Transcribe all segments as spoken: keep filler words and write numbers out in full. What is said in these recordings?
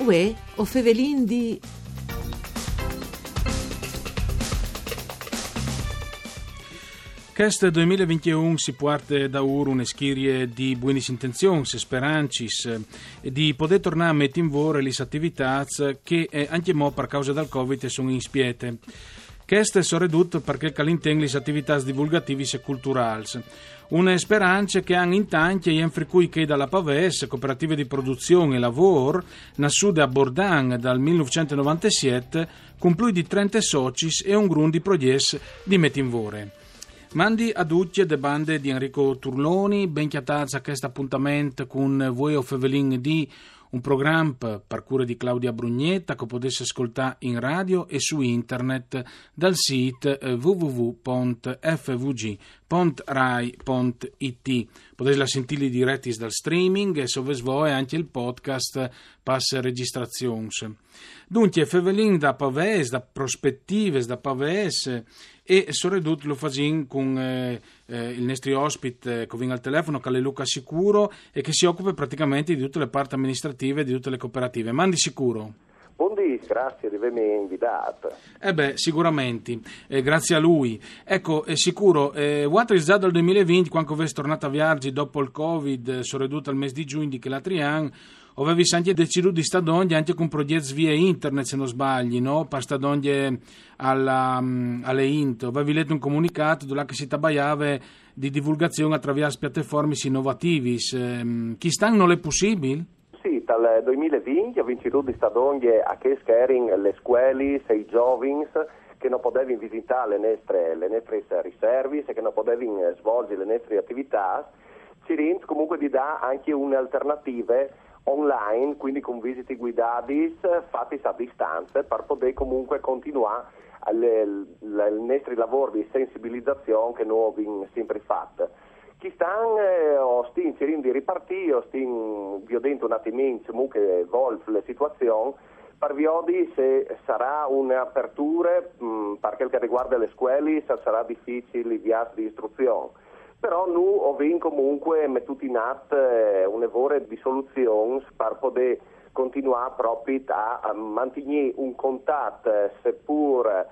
Uè, o Fevelin di... Questo duemilaventuno si parte da ora una schirie di buone intenzioni, speranze, di poter tornare a mettere in vore le attività che anche mo per causa del Covid sono in spiete. Queste sono ridotte perché calinteng le attività divulgative e culturali. Una speranza che hanno in tanti e in fricui che dalla Paves, cooperative di produzione e lavoro, nascute a Bordan dal millenovecentonovantasette, con più di trenta soci e un gruppo di progetti di mettere in vore. Mandi a tutti le bande di Enrico Turloni, ben chiatazza a questo appuntamento con voi o Fevelin di un programma per cura di Claudia Brugnetta che potesse ascoltare in radio e su internet dal sito w w w punto f v g punto rai punto i t. Potete sentire diretti dal streaming e se vuoi anche il podcast passa registrazioni. Dunque, Fevelin da Paves, da prospettive, da Paves e soprattutto lo facciamo con eh, eh, il nostro ospite che viene al telefono, che è Luca Sicuro e che si occupa praticamente di tutte le parti amministrative di tutte le cooperative. Mandi Sicuro. Buondì, grazie di avermi invitato. Eh beh, sicuramente, eh, grazie a lui. Ecco, è sicuro, eh, Water già dal duemilaventi, quando è tornato a viaggi dopo il Covid, soprattutto al mese di giugno di che l'altro anno, avevi anche deciso di stare anche con progetti via internet, se non sbagli, no? Per stare alla, alle Int. Avevi letto un comunicato dove si tagliava di divulgazione attraverso piattaforme innovative. Eh, chi stanno non è possibile? Sì, dal duemilaventi ho vincito di stare a che schering le scuole e i giovani che non potevano visitare le nostre, le nostre riserve e che non potevano svolgere le nostre attività. Ci rende comunque di dare anche un'alternativa online, quindi con visite guidate fatti a distanza per poter comunque continuare i nostri lavori di sensibilizzazione che noi abbiamo sempre fatto. Chi stanno eh, o stiamo cercando di ripartire o stiamo vedendo un attimino comunque evolve la situazione per vedere se sarà un'apertura mh, per quel che riguarda le scuole, se sarà difficile il viaggio di istruzione. Però noi abbiamo comunque messo in atto un lavoro di soluzioni per poter continuare proprio a, a mantenere un contatto, seppur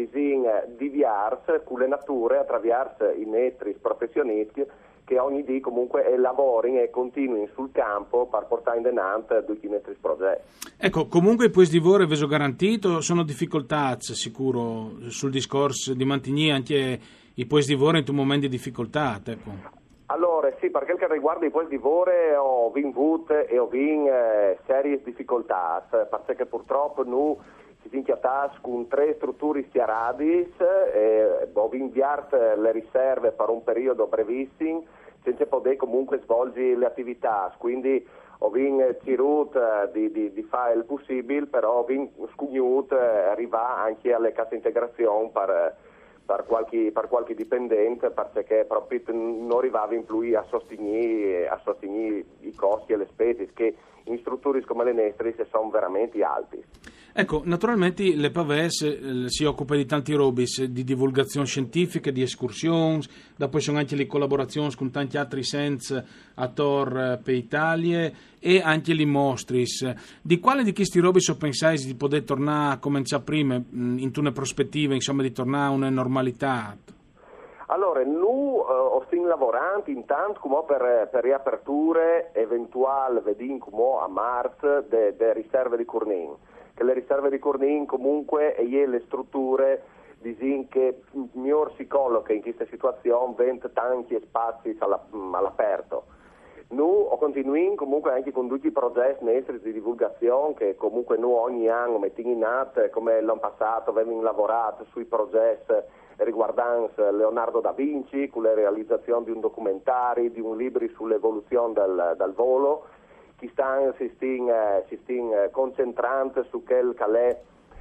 diverso, con le nature attraverso i nostri professionisti che ogni giorno comunque lavorano e continuano sul campo per portare in avanti tutti i nostri progetti. Ecco, comunque poi di voi veso garantito, sono difficoltà sicuro sul discorso di mantenere anche i posti di lavoro in un momento di difficoltà, ecco. Allora, sì, per quel che riguarda i posti di lavoro ho avuto e ho avuto eh, serie difficoltà, perché purtroppo noi ci siamo inchiatati con tre strutture stiarate, eh, ho inviato le riserve per un periodo brevissimo, senza poter comunque svolgere le attività, quindi ho cercato di, di, di fare il possibile, però ho scugnuto arrivare anche alle casse integrazione per Per qualche, per qualche dipendente perché proprio non arrivava in più a sostenere, a sostenere i costi e le spese che in strutture come le nostre sono veramente alti. Ecco, naturalmente le Paves eh, si occupa di tanti robis, di divulgazione scientifica, di escursioni, dopo sono anche le collaborazioni con tanti altri senza a Tor eh, per Italia e anche le mostris. Di quale di questi robis o pensate di poter tornare a cominciare prima, mh, in una prospettiva, insomma, di tornare a una normalità? Allora, noi uh, stiamo lavorando intanto come per, per riaperture eventuali, vediamo come a marzo, delle riserve di Curnin. Che le riserve di Curnin comunque e le strutture dicono che miglior si colloca in questa situazione venti tanti spazi all'aperto. Noi continuiamo comunque anche con tutti i progetti nostri di divulgazione che comunque noi ogni anno mettiamo in atto, come l'anno passato abbiamo lavorato sui progetti riguardanti Leonardo da Vinci, con la realizzazione di un documentario, di un libro sull'evoluzione del, del volo. Chi sta, si sta, si sta concentrando su quel che è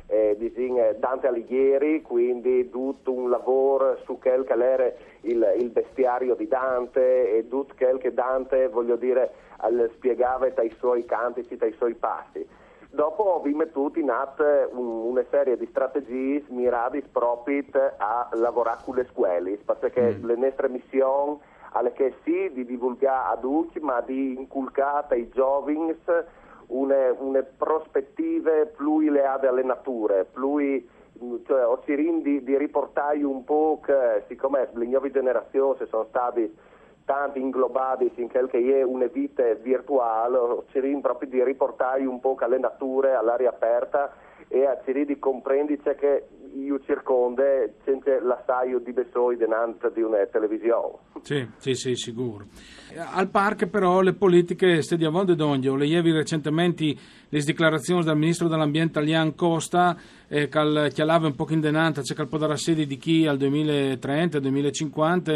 eh, Dante Alighieri, quindi tutto un lavoro su quel che era il, il bestiario di Dante e tutto quel che Dante, voglio dire, spiegava dai suoi cantici, dai suoi passi. Dopo abbiamo tutti in atto una serie di strategie mirate proprio a lavorare con le scuole, perché mm. le nostre missioni alle che sì di divulgare a tutti, ma di inculcare ai giovani une, une prospettive più leate alle nature, più, cioè o si rindi di riportare un po' che, siccome le nuove generazioni sono stati tanti inglobati in quel che è una vita virtuale, si rindi proprio di riportare un po' alle nature, all'aria aperta e a cercare di comprendere che io circonde senza la saio di besoi denante di una televisione. Sì, sì, sì, sicuro. Al parco però le politiche ste di avonde d'ogno, le ievi recentemente le dichiarazioni del ministro dell'ambiente Alian Costa eh, che chialava un po' in denante, c'è che potrà sedi di chi al duemilatrenta, duemilacinquanta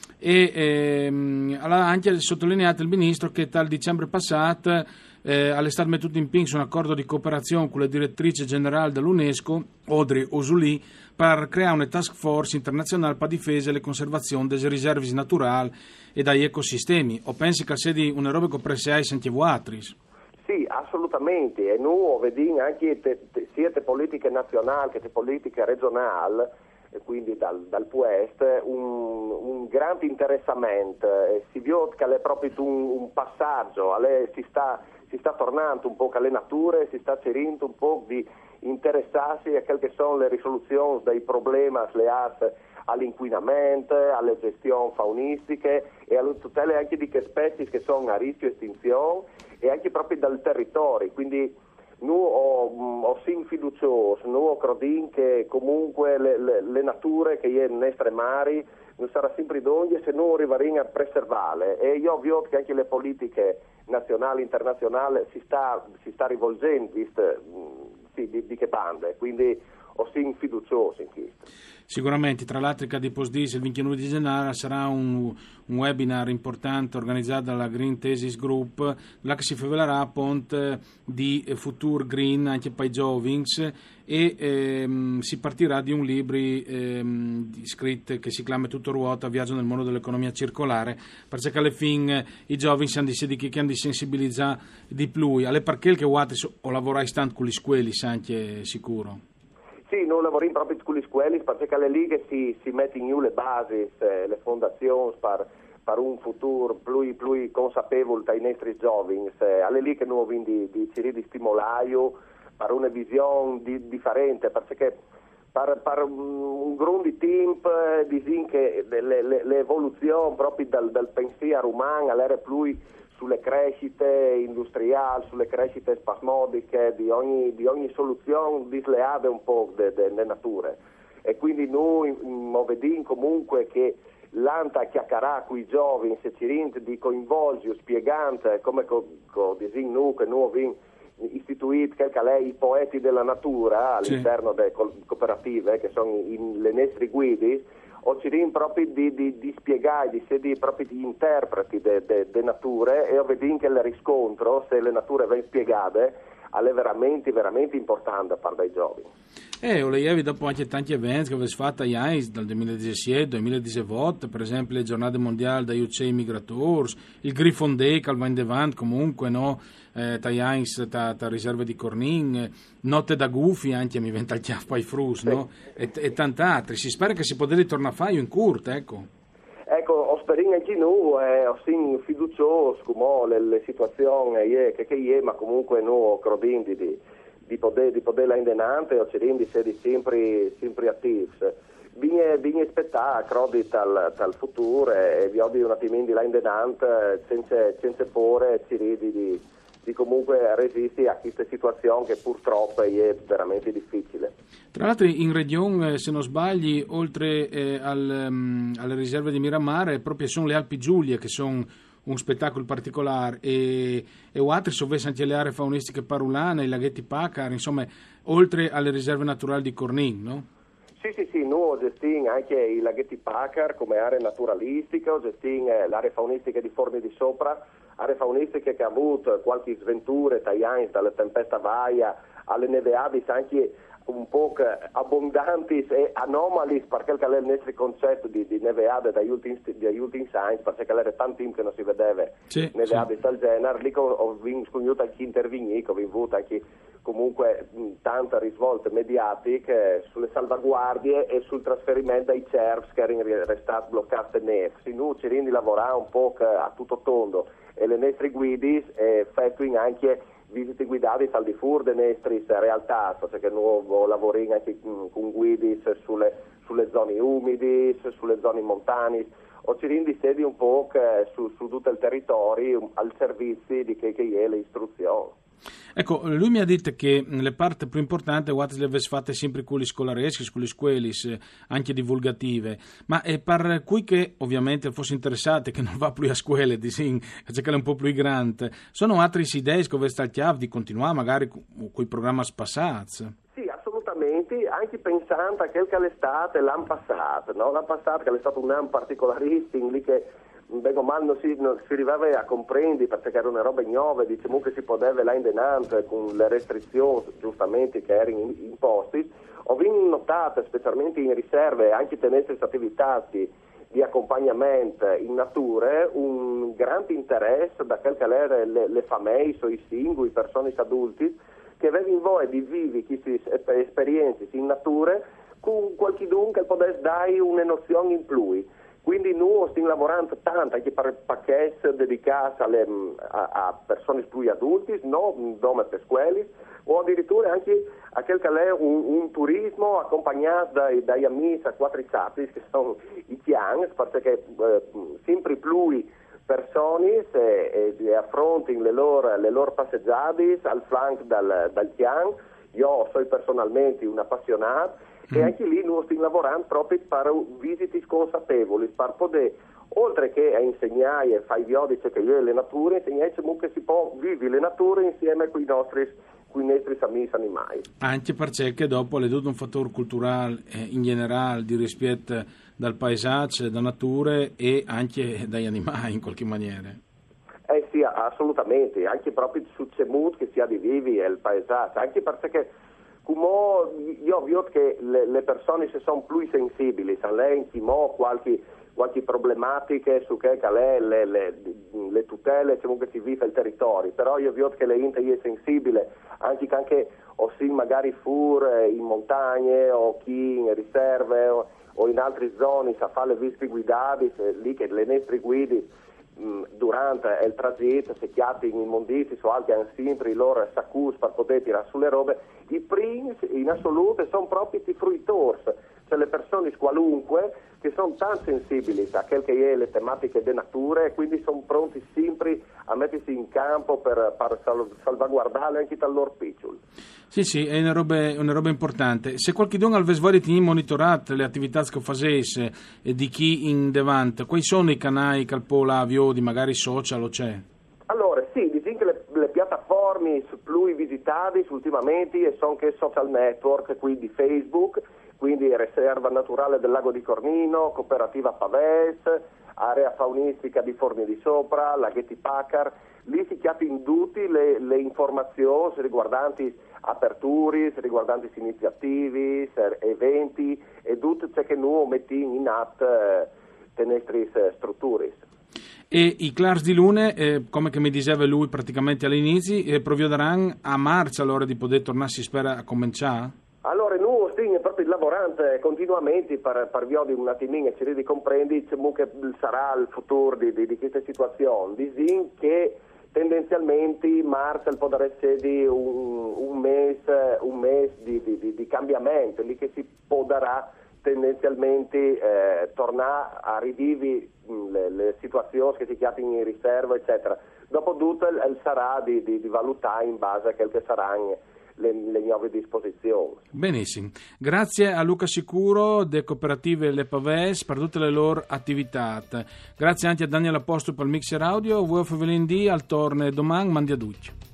e ehm, ha anche sottolineato il ministro che dal dicembre passato eh, all'estate mettuto in pinzo un accordo di cooperazione con la direttrice generale dell'UNESCO, Audrey Azoulay, per creare una task force internazionale per difesa e la conservazione delle riserve naturali e dagli ecosistemi. O pensi che sia di una roba che presiai senti vuatris? Sì, assolutamente, e noi vediamo anche te, te, sia le politiche nazionali che le politiche regionali, e quindi dal, dal P U E S T, un, un grande interessamento. Eh, si vede che è proprio un, un passaggio, alle, si, sta, si sta tornando un po' alle nature, si sta cercando un po' di interessarsi a quelle che sono le risoluzioni dei problemi legati all'inquinamento, alle gestioni faunistiche e alle tutele anche di che specie che sono a rischio estinzione e anche proprio dal territorio. Quindi noi ho, ho sin fiducioso, noi ho credin che comunque le, le, le nature che è nei nostri mari non sarà sempre d'ogni se noi arriveremo a preservarle e io vedo che anche le politiche nazionali e internazionali si sta, si sta rivolgendo viste, sì, di, di che bande, quindi ho sin fiducioso in questo. Sicuramente, tra l'altro che di Postdis il ventinove di gennaio sarà un, un webinar importante organizzato dalla Green Thesis Group, là che si favelerà appunto di Future Green anche per i giovani e ehm, si partirà di un libro ehm, scritto che si chiama Tutto ruota, viaggio nel mondo dell'economia circolare, perché alla fine i giovani si hanno di che hanno di sensibilizzare di più, alle perché che o lavorai tanto con gli scuoli, anche sicuro. Sì, noi lavoriamo proprio con le scuole perché alle lì che si, si mettono in le basi, le fondazioni per, per un futuro più, più consapevole dai nostri giovani. Alle lì che noi abbiamo di, di, di, di stimolare per una visione di, differente, perché per, per un grande team dicono che le, le, le evoluzioni proprio dal, dal pensiero umano all'era più sulle crescite industriali, sulle crescite spasmodiche di ogni, di ogni soluzione disleale un po' delle nature. E quindi noi vediamo comunque che l'anta chiacchierà con i giovani, se ci rende di coinvolgere, spiegante, come co, co disegno noi che noi abbiamo istituito che lei i poeti della natura all'interno sì. delle cooperative, che sono in, le nostre guide, o ci rende proprio di, di, di spiegare, di essere proprio di interpreti delle nature e vediamo che il riscontro, se le nature vengono spiegate, è veramente, veramente importante per dei giovani. Eh, ho letto dopo anche tanti eventi che avete fatto dal duemiladiciassette duemiladiciotto, per esempio le giornate mondiali degli uccelli migratori, il Griffon Day che va in davanti comunque, no? Eh, Tajans, ta, ta riserva di Cornin, Notte da Gufi, anche mi venta il chiaffo ai frus, sì. no? E, e tant'altri. Si spera che si potesse tornare a fare in curta, ecco. Ecco, ho sperato anche noi, eh, ho sin fiducioso come le, le situazioni eh, che, che è, ma comunque noi ho creduto di, di poter, di poter la indenante o cercare di essere sempre, sempre attivi. Bisogna aspettare, credo, dal, dal futuro e vi ho di un attimino di la indenante senza, senza porre ci ridi di, di comunque resistere a questa situazione che purtroppo è veramente difficile. Tra l'altro in regione, se non sbagli, oltre eh, al, um, alle riserve di Miramare, proprio sono le Alpi Giulie che sono un spettacolo particolare e, e altri sono anche le aree faunistiche parulane, i laghetti Pacar, insomma, oltre alle riserve naturali di Cornin, no? Sì, sì, sì, noi gestiamo anche i laghetti Pacar come aree naturalistiche, gestiamo l'area faunistica di Forni di Sopra, aree faunistiche che ha avuto qualche sventura, italiane, dalle tempesta vaia alle neveadis anche un po' abbondanti e anomali perché è il nostro concetto di, di neveade dagli ultimi, dagli ultimi science, perché era tanto tempo che non si vedeva sì, neveade sì. del genere, lì ho vinto anche intervenire, ho avuto anche comunque mh, tante risvolte mediatiche sulle salvaguardie e sul trasferimento dei cervi che erano restati bloccati nel. Si noi ci rendi lavorare un po' a tutto tondo e le nostre guidi effettuino anche visite guidate al di fuori delle nostre realtà, perché noi lavoriamo anche con guidi sulle, sulle zone umide, sulle zone montane, o ci rindi sedi un po' su, su tutto il territorio al servizio di che, che è le istruzioni. Ecco, lui mi ha detto che le parti più importanti le avete fatte sempre con le scolaresche, con le scuole, anche divulgative, ma è per cui che ovviamente fosse interessati, che non va più a scuole, di sì, che è un po' più grande, sono altre idee che avete al chiave di continuare magari con i programmi passati? Sì, assolutamente, anche pensando a quel che è stato l'anno passato, no? L'anno passato che è stato un anno particolarissimo, lì che bene o male non si, non si arrivava a comprendere perché era una roba nuova, diciamo che si poteva là in denanza con le restrizioni giustamente che erano imposte. Ho notato, specialmente in riserve, anche tenere queste attività di accompagnamento in natura, un grande interesse da quel che erano le, le famiglie, i singoli, le persone adulti, che avevano voglia di vivere queste esperienze in natura con qualche dunque che potesse dare una nozione in più. Quindi noi stiamo lavorando tanto anche per pacchetti dedicati alle, a, a persone più adulti, non come per scuole, o addirittura anche a quel che è un, un turismo accompagnato dai, dagli amici a quattro zappi, che sono i Tiang, perché eh, sempre più persone e, e affrontano le loro, le loro passeggiate al flanco dal, dal Tiang. Io sono personalmente un appassionato, e anche lì noi stiamo lavorando proprio per visite consapevoli, per poter, oltre che a insegnare e fare i viodici che io e le nature, insegnare che si può vivere le nature insieme con i nostri, con i nostri amici animali. Anche perché dopo è tutto un fattore culturale eh, in generale di rispetto dal paesaggio, da nature e anche dagli animali in qualche maniera. Eh sì, assolutamente, anche proprio su Cemut che sia di vivi e il paesaggio, anche perché come io vedo che le, le persone si sono più sensibili, se lei mo qualche, qualche problematica su che le, le, le, le tutele comunque si vive il territorio, però io vedo che le Inter è sensibile, anche che anche o sì magari fuori in montagne o chi in riserve o, o in altre zone sa fare le visite guidate, lì che le nostre guide durante il tragitto se chiatti in immondizi o altri hanno sempre i loro saccus per poter tirare sulle robe, i primi in assoluto sono proprio i fruitori, cioè le persone qualunque che sono tanto sensibili a quel che è le tematiche della natura e quindi sono pronti sempre a mettersi in campo per, per salvaguardare anche dal loro piccolo. Sì, sì, è una roba, una roba importante. Se qualcuno al vesvore ti monitorato le attività che facesse e di chi in davanti, quali sono i canali che può l'avio di magari social o c'è? Allora, sì, diciamo che le, le piattaforme più visitate ultimamente sono anche social network, quindi Facebook, quindi Riserva Naturale del Lago di Cornino, Cooperativa Pavès, Area Faunistica di Forni di Sopra, Laghetti Pacar. Lì si chiamano tutte le, le informazioni riguardanti aperture, riguardanti iniziative, eventi e tutto ciò che noi mettiamo in atto le nostre strutture. E i clars di lune, eh, come che mi diceva lui praticamente all'inizio, eh, provvederanno a marzo all'ora di poter tornare, si spera, a cominciare? Allora, noi stiamo proprio lavorando continuamente per, per via di un attimino e ci di comprendi che sarà il futuro di, di, di questa situazione. Disin che tendenzialmente marzo potrà essere un, un mese, un mese di, di, di cambiamento, lì che si potrà tendenzialmente eh, tornare a rivivere le, le situazioni che si chiamano in riserva, eccetera. Dopotutto il, il sarà di, di, di valutare in base a quel che saranno le, le nuove disposizioni. Benissimo. Grazie a Luca Sicuro delle cooperative Le Pavès per tutte le loro attività. Grazie anche a Daniel Apostolo per il mixer audio. Voi Fevelin D al torne domani, mandi a tutti.